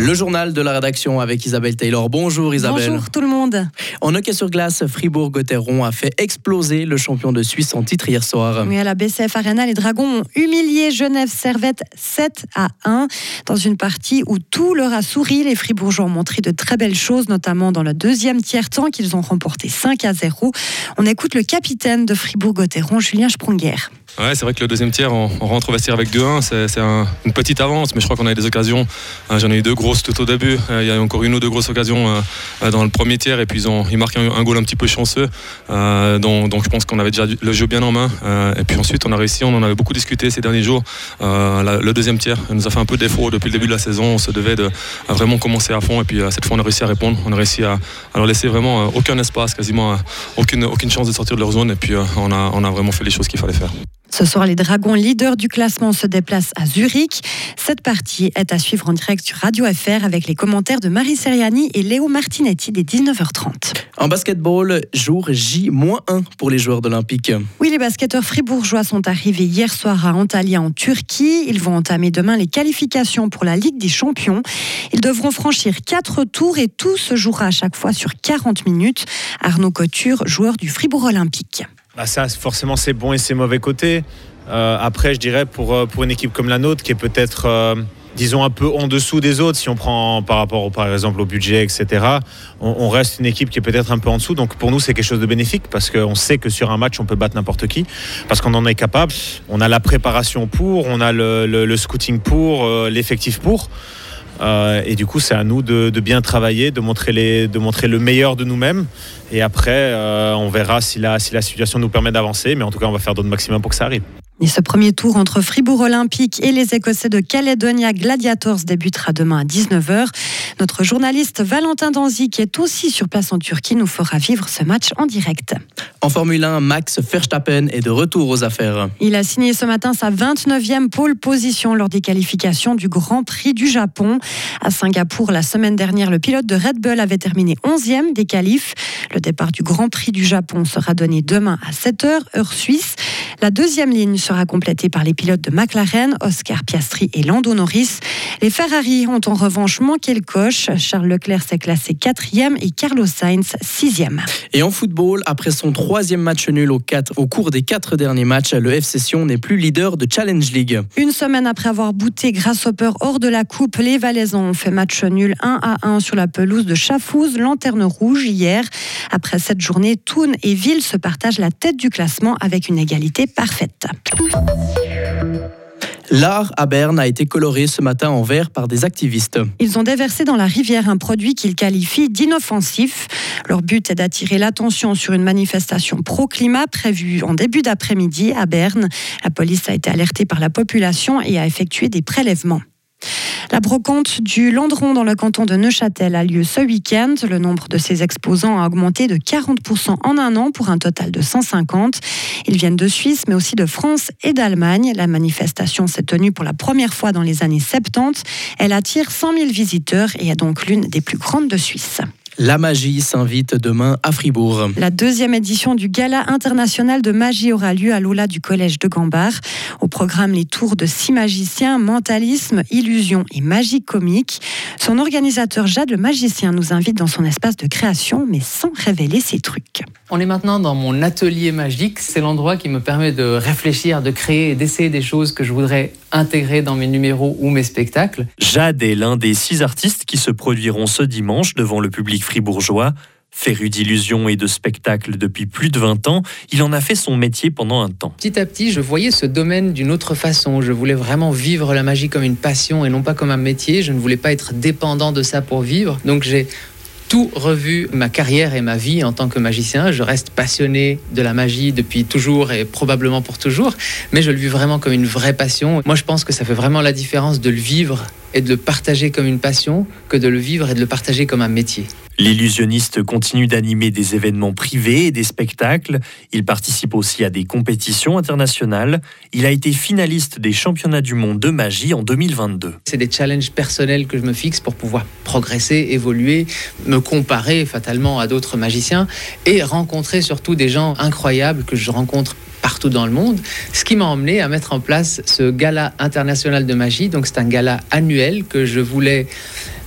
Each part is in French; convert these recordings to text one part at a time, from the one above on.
Le journal de la rédaction avec Isabelle Taylor. Bonjour Isabelle. Bonjour tout le monde. En hockey sur glace, Fribourg-Gotteron a fait exploser le champion de Suisse en titre hier soir. Oui, à la BCF Arena, les Dragons ont humilié Genève Servette 7-1 dans une partie où tout leur a souri. Les Fribourgeois ont montré de très belles choses, notamment dans le deuxième tiers-temps qu'ils ont remporté 5-0. On écoute le capitaine de Fribourg-Gotteron, Julien Sprunger. Ouais, c'est vrai que le deuxième tiers, on rentre au vestiaire avec 2-1. C'est une petite avance, mais je crois qu'on a eu des occasions. J'en ai eu 2 grosses tout au début. Il y a eu encore 1 ou 2 grosses occasions dans le premier tiers, et puis ils marquent un goal un petit peu chanceux. Donc je pense qu'on avait déjà le jeu bien en main. Et puis ensuite, on a réussi, on en avait beaucoup discuté ces derniers jours. Le deuxième tiers nous a fait un peu défaut depuis le début de la saison. On se devait de vraiment commencer à fond, et puis cette fois, on a réussi à répondre. On a réussi à leur laisser vraiment aucun espace, quasiment aucune chance de sortir de leur zone. Et puis on a vraiment fait les choses qu'il fallait faire. Ce soir, les Dragons, leaders du classement, se déplacent à Zurich. Cette partie est à suivre en direct sur Radio FR avec les commentaires de Marie Seriani et Léo Martinetti dès 19h30. En basketball, jour J-1 pour les joueurs d'Olympique. Oui, les basketteurs fribourgeois sont arrivés hier soir à Antalya en Turquie. Ils vont entamer demain les qualifications pour la Ligue des Champions. Ils devront franchir 4 tours et tout se jouera à chaque fois sur 40 minutes. Arnaud Couture, joueur du Fribourg Olympique. Ça, forcément, c'est bon et c'est mauvais côté. Après, je dirais, pour une équipe comme la nôtre, qui est peut-être, disons, un peu en dessous des autres, si on prend par rapport, par exemple, au budget, etc., on reste une équipe qui est peut-être un peu en dessous. Donc, pour nous, c'est quelque chose de bénéfique, parce qu'on sait que sur un match, on peut battre n'importe qui, parce qu'on en est capable. On a la préparation pour, on a le scouting pour, l'effectif pour. Et du coup, c'est à nous de bien travailler, de montrer le meilleur de nous-mêmes. Et après, on verra si la situation nous permet d'avancer. Mais en tout cas, on va faire notre maximum pour que ça arrive. Et ce premier tour entre Fribourg Olympique et les Écossais de Caledonia Gladiators débutera demain à 19h. Notre journaliste Valentin Danzy, qui est aussi sur place en Turquie, nous fera vivre ce match en direct. En Formule 1, Max Verstappen est de retour aux affaires. Il a signé ce matin sa 29e pole position lors des qualifications du Grand Prix du Japon. À Singapour, la semaine dernière, le pilote de Red Bull avait terminé 11e des qualifs. Le départ du Grand Prix du Japon sera donné demain à 7h, heure suisse. La deuxième ligne sera complétée par les pilotes de McLaren, Oscar Piastri et Lando Norris. Les Ferrari ont en revanche manqué le coche. Charles Leclerc s'est classé 4e et Carlos Sainz 6e. Et en football, après son 3e match nul au cours des 4 derniers matchs, le FC Sion n'est plus leader de Challenge League. Une semaine après avoir bouté Grasshopper hors de la coupe, les Valaisans ont fait match nul 1-1 sur la pelouse de Chafouz, Lanterne Rouge, hier. Après cette journée, Thun et Ville se partagent la tête du classement avec une égalité parfaite. L'art à Berne a été coloré ce matin en vert par des activistes. Ils ont déversé dans la rivière un produit qu'ils qualifient d'inoffensif. Leur but est d'attirer l'attention sur une manifestation pro-climat prévue en début d'après-midi à Berne. La police a été alertée par la population et a effectué des prélèvements. La brocante du Landron dans le canton de Neuchâtel a lieu ce week-end. Le nombre de ses exposants a augmenté de 40% en un an pour un total de 150. Ils viennent de Suisse, mais aussi de France et d'Allemagne. La manifestation s'est tenue pour la première fois dans les années 70. Elle attire 100 000 visiteurs et est donc l'une des plus grandes de Suisse. La magie s'invite demain à Fribourg. La 2e édition du Gala international de magie aura lieu à l'Aula du collège de Gambard. Au programme, les tours de 6 magiciens, mentalisme, illusion et magie comique. Son organisateur Jade le magicien nous invite dans son espace de création, mais sans révéler ses trucs. On est maintenant dans mon atelier magique. C'est l'endroit qui me permet de réfléchir, de créer et d'essayer des choses que je voudrais intégrer dans mes numéros ou mes spectacles. Jade est l'un des 6 artistes qui se produiront ce dimanche devant le public fribourgeois. Féru d'illusions et de spectacles depuis plus de 20 ans, il en a fait son métier pendant un temps. Petit à petit, je voyais ce domaine d'une autre façon. Je voulais vraiment vivre la magie comme une passion et non pas comme un métier. Je ne voulais pas être dépendant de ça pour vivre. Donc j'ai tout revu, ma carrière et ma vie en tant que magicien. Je reste passionné de la magie depuis toujours et probablement pour toujours, mais je le vis vraiment comme une vraie passion. Moi, je pense que ça fait vraiment la différence de le vivre et de le partager comme une passion que de le vivre et de le partager comme un métier. L'illusionniste continue d'animer des événements privés et des spectacles. Il participe aussi à des compétitions internationales. Il a été finaliste des championnats du monde de magie en 2022. C'est des challenges personnels que je me fixe pour pouvoir progresser, évoluer, me comparer fatalement à d'autres magiciens et rencontrer surtout des gens incroyables que je rencontre partout dans le monde, ce qui m'a emmené à mettre en place ce gala international de magie. Donc c'est un gala annuel que je voulais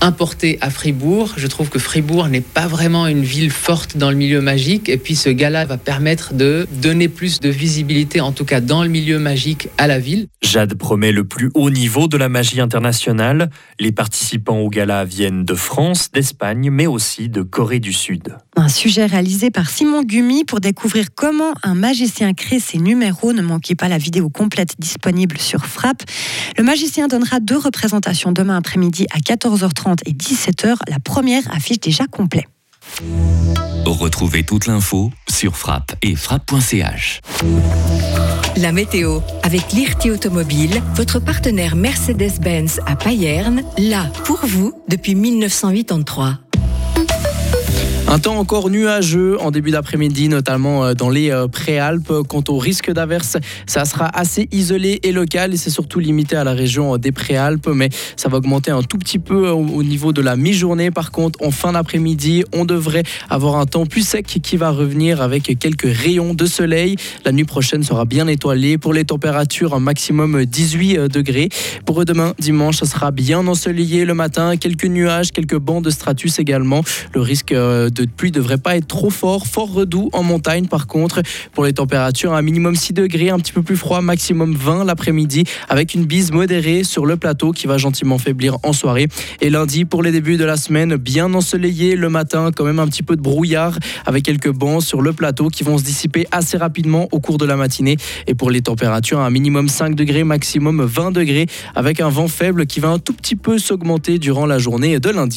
importé à Fribourg. Je trouve que Fribourg n'est pas vraiment une ville forte dans le milieu magique. Et puis ce gala va permettre de donner plus de visibilité, en tout cas dans le milieu magique, à la ville. Jade promet le plus haut niveau de la magie internationale. Les participants au gala viennent de France, d'Espagne, mais aussi de Corée du Sud. Un sujet réalisé par Simon Gumi pour découvrir comment un magicien crée ses numéros. Ne manquez pas la vidéo complète disponible sur Frappe. Le magicien donnera 2 représentations demain après-midi à 14h30 et 17h. La première affiche déjà complet. Retrouvez toute l'info sur Frappe et frappe.ch. La météo, avec Lirti Automobile, votre partenaire Mercedes-Benz à Payerne, là pour vous depuis 1983. Un temps encore nuageux en début d'après-midi, notamment dans les Préalpes. Quant au risque d'averse, ça sera assez isolé et local et c'est surtout limité à la région des Préalpes, mais ça va augmenter un tout petit peu au niveau de la mi-journée. Par contre, en fin d'après-midi, on devrait avoir un temps plus sec qui va revenir avec quelques rayons de soleil. La nuit prochaine sera bien étoilée. Pour les températures, un maximum 18 degrés. Pour demain, dimanche, ça sera bien ensoleillé le matin. Quelques nuages, quelques bancs de stratus également. Le risque de pluie ne devrait pas être trop fort doux en montagne. Par contre, pour les températures, un minimum 6 degrés, un petit peu plus froid, maximum 20 l'après-midi, avec une bise modérée sur le plateau qui va gentiment faiblir en soirée. Et lundi, pour les débuts de la semaine, bien ensoleillé le matin, quand même un petit peu de brouillard, avec quelques bancs sur le plateau qui vont se dissiper assez rapidement au cours de la matinée. Et pour les températures, un minimum 5 degrés, maximum 20 degrés, avec un vent faible qui va un tout petit peu s'augmenter durant la journée de lundi.